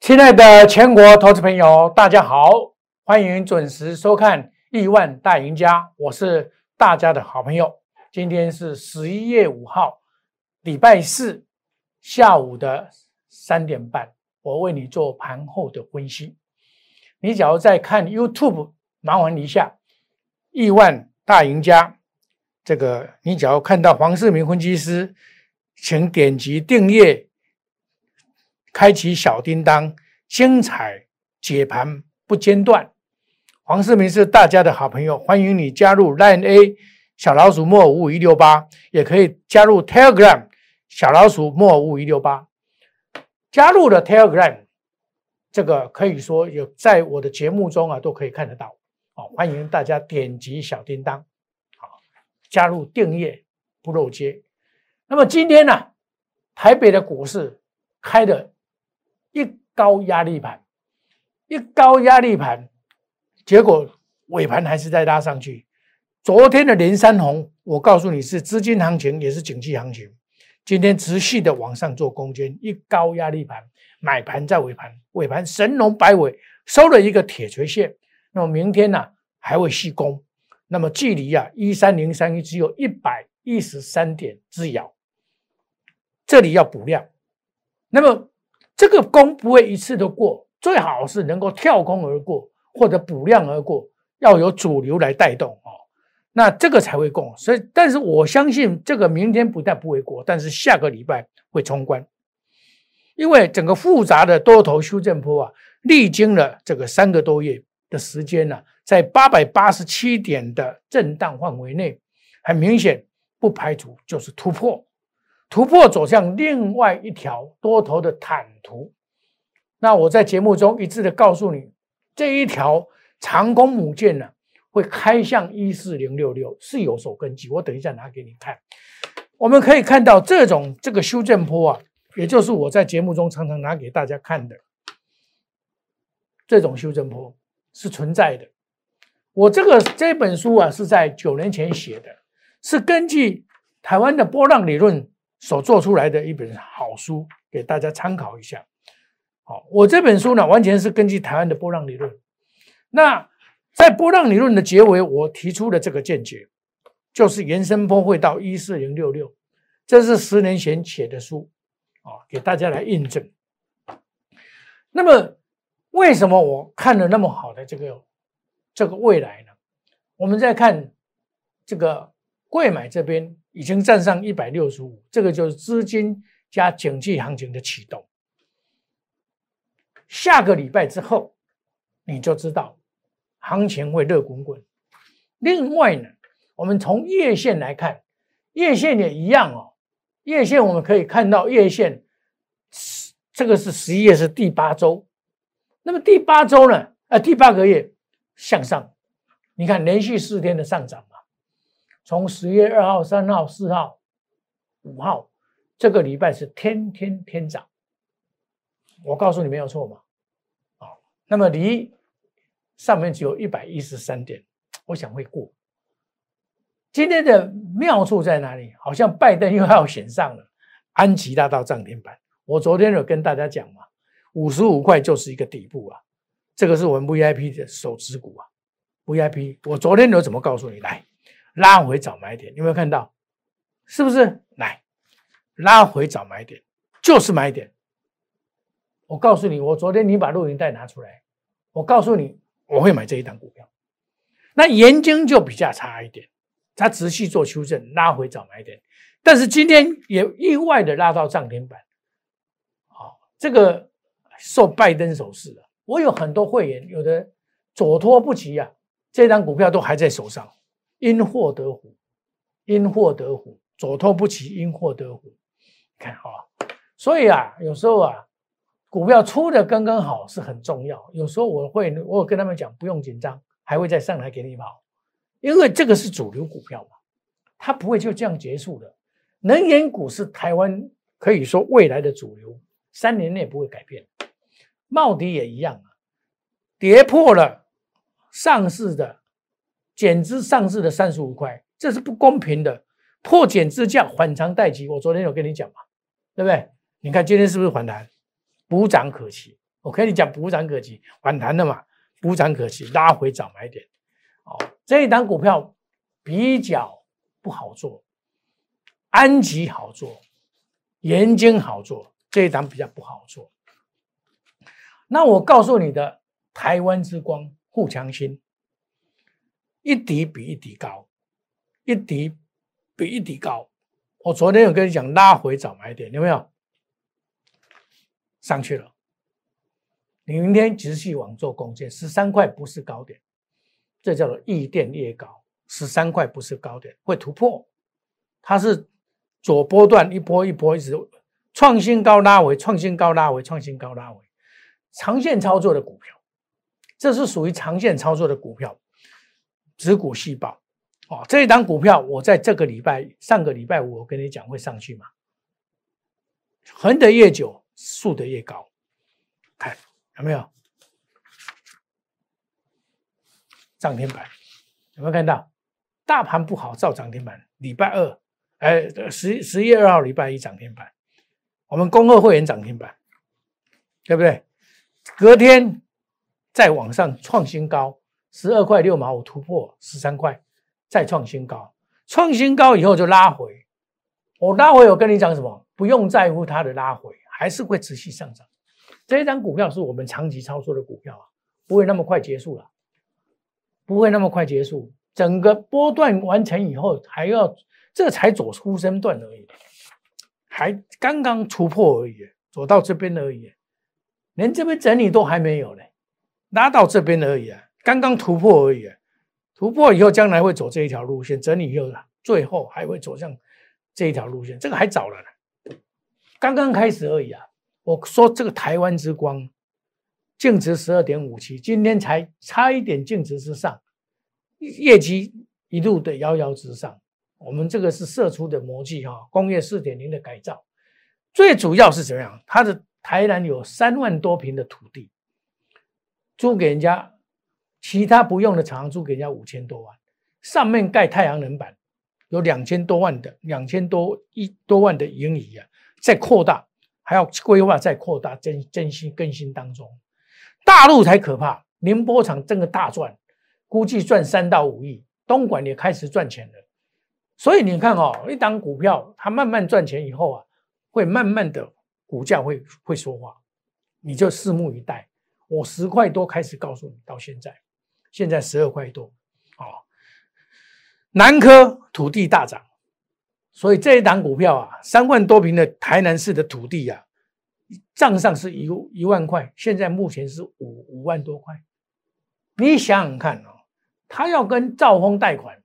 亲爱的全国投资朋友，大家好，欢迎准时收看《亿万大赢家》，我是大家的好朋友。今天是11月5号，礼拜四下午的3点半，我为你做盘后的分析。你假如在看 YouTube， 麻烦一下《亿万大赢家》这个，你只要看到黄世明分析师，请点击订阅。开启小叮当，精彩解盘不间断。黄世明是大家的好朋友，欢迎你加入 LINE@ 小老鼠莫55168，也可以加入 Telegram 小老鼠莫55168。加入了 Telegram， 这个可以说有在我的节目中都可以看得到。欢迎大家点击小叮当，加入订阅不漏接。那么今天呢，台北的股市开的一高压力盘，结果尾盘还是在拉上去。昨天的连三红，我告诉你是资金行情，也是景气行情。今天持续的往上做攻坚，一高压力盘，买盘在尾盘神龙摆尾，收了一个铁锤线。那么明天呢，还会续攻。那么距离13031只有113点之遥，这里要补量。那么这个攻不会一次都过，最好是能够跳空而过，或者补量而过，要有主流来带动那这个才会过。所以，但是我相信这个明天不但不会过，但是下个礼拜会冲关，因为整个复杂的多头修正波历经了这个3个多月的时间在887点的震荡范围内，很明显不排除就是突破走向另外一条多头的坦途。那我在节目中一致的告诉你，这一条长空母舰会开向14066，是有所根据，我等一下拿给你看。我们可以看到这个修正波也就是我在节目中常常拿给大家看的这种修正波是存在的。我这本书是在9年前写的，是根据台湾的波浪理论所做出来的一本好书，给大家参考一下。我这本书完全是根据台湾的波浪理论。那在波浪理论的结尾，我提出的这个见解，就是延伸波会到14066，这是10年前写的书给大家来印证。那么为什么我看了那么好的这个未来呢？我们再看这个贵买这边已经站上165，这个就是资金加景气行情的启动。下个礼拜之后，你就知道行情会热滚滚。另外呢，我们从月线来看，月线也一样月线我们可以看到月线，这个是11月是第8周，那么第8周呢，第8个月向上，你看连续4天的上涨从10月2号、3号、4号、5号，这个礼拜是天天涨。我告诉你没有错嘛。那么离上面只有113点，我想会过。今天的妙处在哪里？好像拜登又要选上了，安吉拉到涨停板。我昨天有跟大家讲嘛，55块就是一个底部这个是我们 VIP 的手持股VIP 我昨天有怎么告诉你？来拉回找买点，有没有看到？是不是？来拉回找买点，就是买点。我告诉你，我昨天你把录影带拿出来，我告诉你我会买这一档股票。那元晶就比较差一点，它持续做修正，拉回找买点，但是今天也意外的拉到涨停板。这个受拜登手势我有很多会员，有的左拖不及这档股票都还在手上，因祸得福，左拖不及，因祸得福。看所以有时候股票出的刚刚好是很重要。有时候我有跟他们讲，不用紧张，还会再上来给你跑，因为这个是主流股票嘛，它不会就这样结束的。能源股是台湾可以说未来的主流，3年内不会改变。茂迪也一样跌破了上市的减资上市的35块，这是不公平的，破减资价反常待机。我昨天有跟你讲嘛，对不对？你看今天是不是反弹？补涨可期我跟你讲补涨可期，反弹了嘛，补涨可期，拉回早买点。哦，这一档股票比较不好做，安吉好做，元晶好做，这一档比较不好做。那我告诉你的台湾之光、富强新，一底比一底高，一底比一底高。我昨天有跟你讲拉回早买点，有没有？上去了。你明天持续往做贡献，13块不是高点，这叫做异电越高，13块不是高点，会突破。它是左波段一波一波一直创新高拉回，创新高拉回，创新高拉回，长线操作的股票，这是属于长线操作的股票，指股细胞。哦，这一档股票我在这个礼拜上个礼拜五我跟你讲会上去嘛，横得越久竖得越高，看有没有涨停板？有没有看到大盘不好照涨停板？礼拜二11月2号礼拜一涨停板，我们恭贺会员涨停板，对不对？隔天再往上创新高，12块6毛5突破13块，再创新高，创新高以后就拉回。我拉回我跟你讲什么？不用在乎它的拉回，还是会持续上涨。这一张股票是我们长期操作的股票啊，不会那么快结束了，不会那么快结束。整个波段完成以后，还要这才走出生段而已，还刚刚突破而已，走到这边而已，连这边整理都还没有嘞，拉到这边而已啊，刚刚突破而已。突破以后，将来会走这一条路线，整理以后，最后还会走向这一条路线，这个还早了呢，刚刚开始而已啊。我说这个台湾之光净值 12.57， 今天才差一点净值之上，业绩一路的遥遥之上。我们这个是射出的模具工业 4.0 的改造，最主要是怎么样？它的台南有3万多坪的土地，租给人家，其他不用的厂商租给人家5000多万，上面盖太阳能板，有2000多万的盈余啊，再扩大，还要规划再扩大，更新当中。大陆才可怕，宁波厂这个大赚，估计赚3到5亿，东莞也开始赚钱了。所以你看一档股票它慢慢赚钱以后啊，会慢慢的股价会说话，你就拭目以待。我10块多开始告诉你，到现在12块多南科土地大涨，所以这一档股票啊，3万多坪的台南市的土地啊，账上是1万块，现在目前是5万多块。你想想看他要跟兆丰贷款，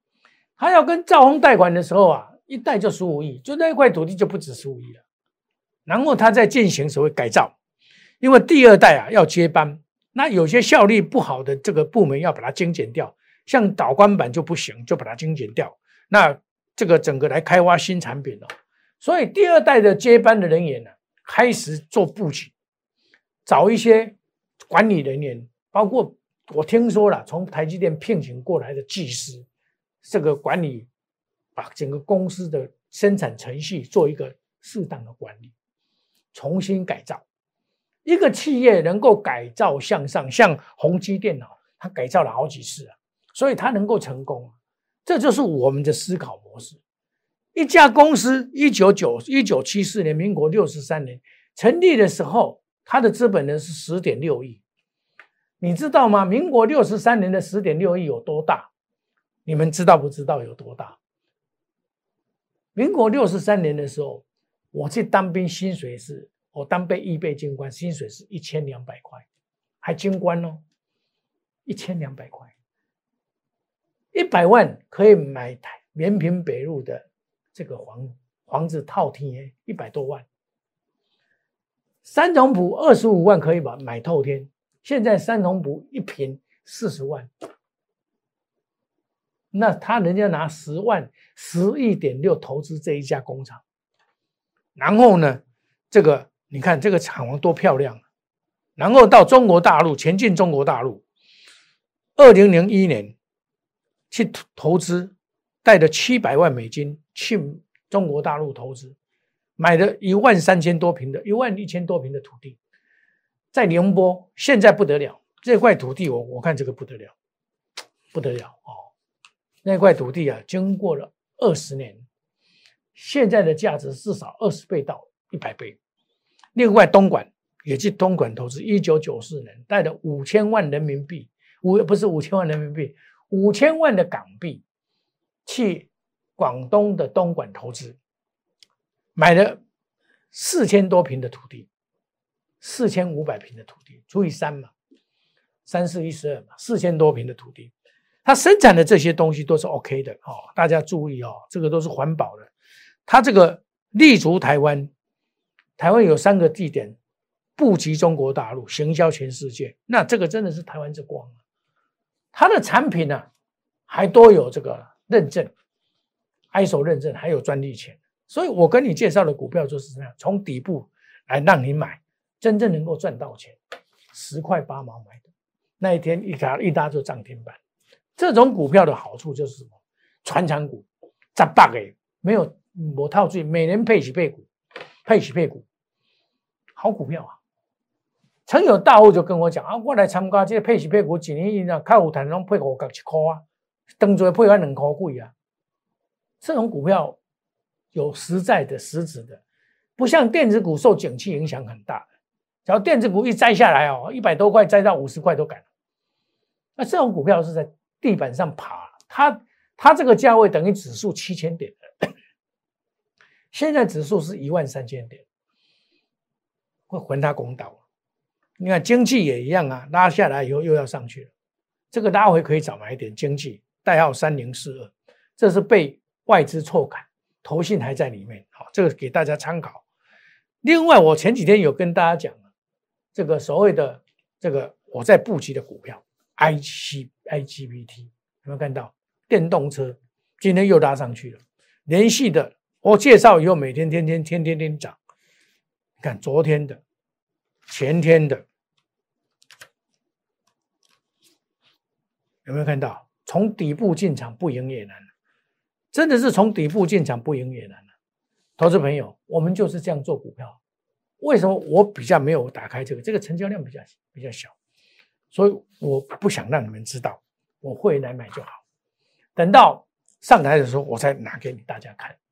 的时候啊，一贷就15亿，就那一块土地就不止15亿了。然后他在进行所谓改造，因为第2代啊要接班，那有些效率不好的这个部门要把它精简掉，像导管板就不行，就把它精简掉。那这个整个来开发新产品所以第2代的接班的人员呢，开始做布局，找一些管理人员，包括我听说了，从台积电聘请过来的技师，这个管理，把整个公司的生产程序做一个适当的管理，重新改造。一个企业能够改造向上，像宏基电脑，它改造了好几次啊，所以它能够成功。这就是我们的思考模式。一家公司1974年，民国63年成立的时候，它的资本额是 10.6 亿。你知道吗？民国63年的 10.6 亿有多大？你们知道不知道有多大？民国63年的时候，我去当兵，薪水是我当预备军官，薪水是1200块，还军官1200块，100万可以买延平北路的这个房子套天100多万，三重埔25万可以买透天，现在三重埔一坪40万，那人家拿10万10亿点6投资这一家工厂，然后呢，这个你看这个厂房多漂亮，然后到中国大陆，前进中国大陆，2001年去投资，带着700万美金去中国大陆投资，买了13000多坪的11000多坪的土地， 在宁波，现在不得了，这块土地我看这个不得了，不得了哦！那块土地啊，经过了20年，现在的价值至少20倍到100倍。另外，东莞也去东莞投资，1994年带了5000万人民币，不是5000万人民币，5000万的港币去广东的东莞投资，买了4000多坪的土地，4500坪的土地，除以3嘛，3、4、12嘛，4000多坪的土地。它生产的这些东西都是 OK 的哦，大家注意哦，这个都是环保的。它这个立足台湾，台湾有3个地点布局中国大陆，行销全世界，那这个真的是台湾之光啊！它的产品呢，还都有这个认证 ，ISO 认证，还有专利权。所以我跟你介绍的股票就是这样，从底部来让你买，真正能够赚到钱，10块8毛买的，那一天一搭就涨停板。这种股票的好处就是什么？传产股，18个没有套罪，每年配息配股，好股票啊！曾有大户就跟我讲啊，我来参加这个配息配股，一年以上较有谈拢配5角1块啊，当作配完2块几啊。这种股票有实在的、实质的，不像电子股受景气影响很大的，只要电子股一摘下来哦，100多块摘到50块都敢。那这种股票是在地板上爬，它这个价位等于指数7000点的，现在指数是13000点，会还它公道。你看经济也一样啊，拉下来以后又要上去了，这个拉回可以早买一点。经济代号3042，这是被外资错砍，投信还在里面，好，这个给大家参考。另外，我前几天有跟大家讲这个所谓的这个我在布局的股票 IGBT， 有没有看到？电动车今天又拉上去了，连续的我介绍以后，每天天涨。你看昨天的、前天的，有没有看到？从底部进场不赢也难，真的是从底部进场不赢也难。投资朋友，我们就是这样做股票。为什么我比较没有打开这个成交量比较小，所以我不想让你们知道，我会来买就好。等到上台的时候，我才拿给大家看。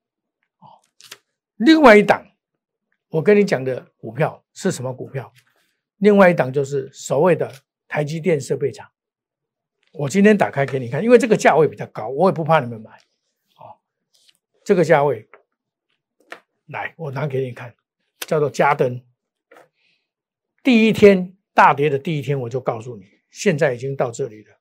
另外一档，我跟你讲的股票是什么股票？另外一档就是所谓的台积电设备厂。我今天打开给你看，因为这个价位比较高，我也不怕你们买。这个价位，来，我拿给你看，叫做嘉登。第一天大跌的第一天，我就告诉你，现在已经到这里了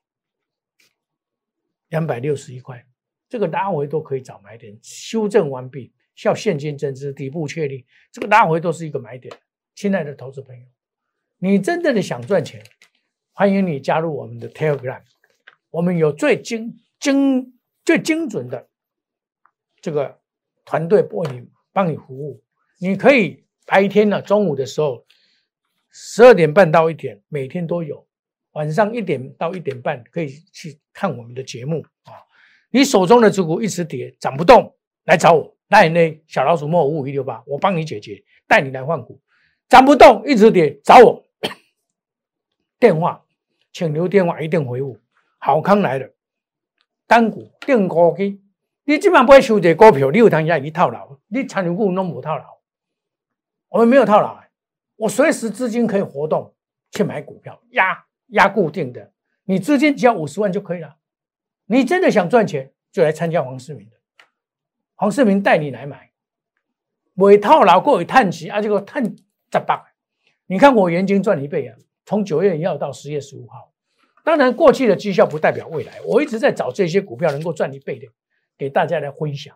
，261块，这个拉回都可以找买点，修正完毕，需要现金增资，底部确立，这个拉回都是一个买点。亲爱的投资朋友，你真正的想赚钱，欢迎你加入我们的 Telegram， 我们有最精准的这个团队帮你服务。你可以白天呢，中午的时候12点半到1点，每天都有；晚上1点到1点半可以去看我们的节目啊。你手中的持股一直跌，涨不动，来找我，来呢小老鼠莫55168，我帮你解决，带你来换股。涨不动，一直跌，找我。电话，请留电话，一定回复。好康来了，单股定高基，你基本上不会收这股票，你有通也去套牢，你参与股都没套牢。我们没有套牢，我随时资金可以活动去买股票，压固定的，你资金只要50万就可以了。你真的想赚钱，就来参加黄世明的，黄世明带你来买，没套牢过有探息啊，这个探18，你看我元金赚1倍啊，从9月1号到10月15号。当然，过去的绩效不代表未来，我一直在找这些股票能够赚1倍的，给大家来分享。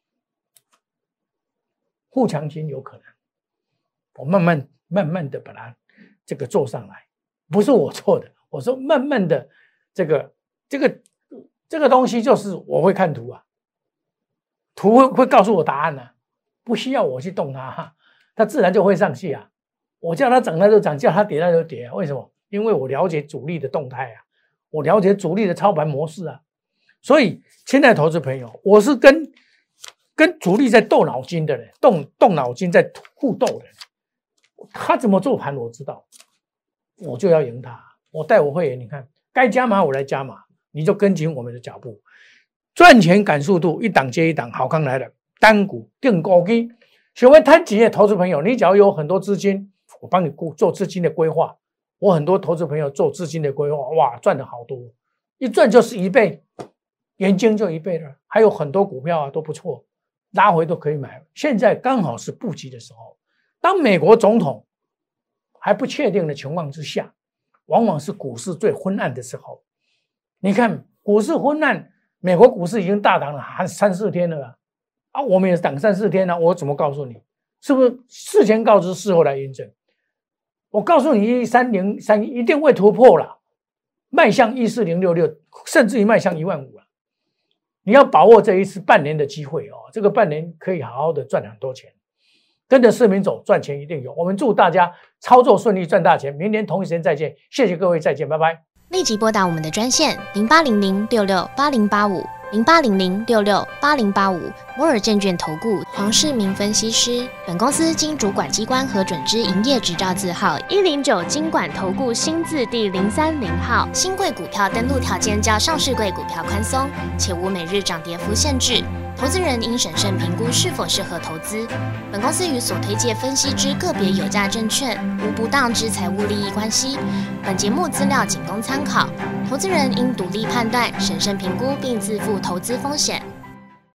富强金有可能，我慢慢的把它这个做上来，不是我做的，我说慢慢的这个东西就是我会看图啊，图会告诉我答案啊，不需要我去动它，它自然就会上去啊。我叫它涨它就涨，叫它跌它就跌啊。为什么？因为我了解主力的动态啊，我了解主力的操盘模式啊。所以，亲爱的投资朋友，我是跟主力在动脑筋的人，动脑筋在互斗的人。 他怎么做盘我知道，我就要赢他。我带我会员，你看该加码我来加码，你就跟紧我们的脚步，赚钱赶速度，一档接一档，好康来了，单股定高基。学会摊钱的投资朋友，你只要有很多资金，我帮你做资金的规划。我很多投资朋友做资金的规划，哇，赚的好多，一赚就是1倍，元金就1倍了。还有很多股票啊都不错，拉回都可以买。现在刚好是布局的时候。当美国总统还不确定的情况之下，往往是股市最昏暗的时候。你看股市昏暗，美国股市已经大涨了3、4天了啊，我们也涨3、4天了，我怎么告诉你？是不是事前告知，事后来验证？我告诉你，13031一定会突破了，迈向14066，甚至于迈向15000了。你要把握这一次半年的机会哦，这个半年可以好好的赚很多钱，跟着市民走，赚钱一定有。我们祝大家操作顺利，赚大钱。明年同一时间再见，谢谢各位，再见，拜拜。 立即拨打我们的专线0800668085。0800668085，摩尔证券投顾黄世明分析师。本公司经主管机关核准之营业执照字号109金管投顾新字第030号。新贵股票登录条件较上市贵股票宽松，且无每日涨跌幅限制。投资人应审慎评估是否适合投资。本公司与所推介分析之个别有价证券无不当之财务利益关系。本节目资料仅供参考，投资人应独立判断、审慎评估并自负投资风险。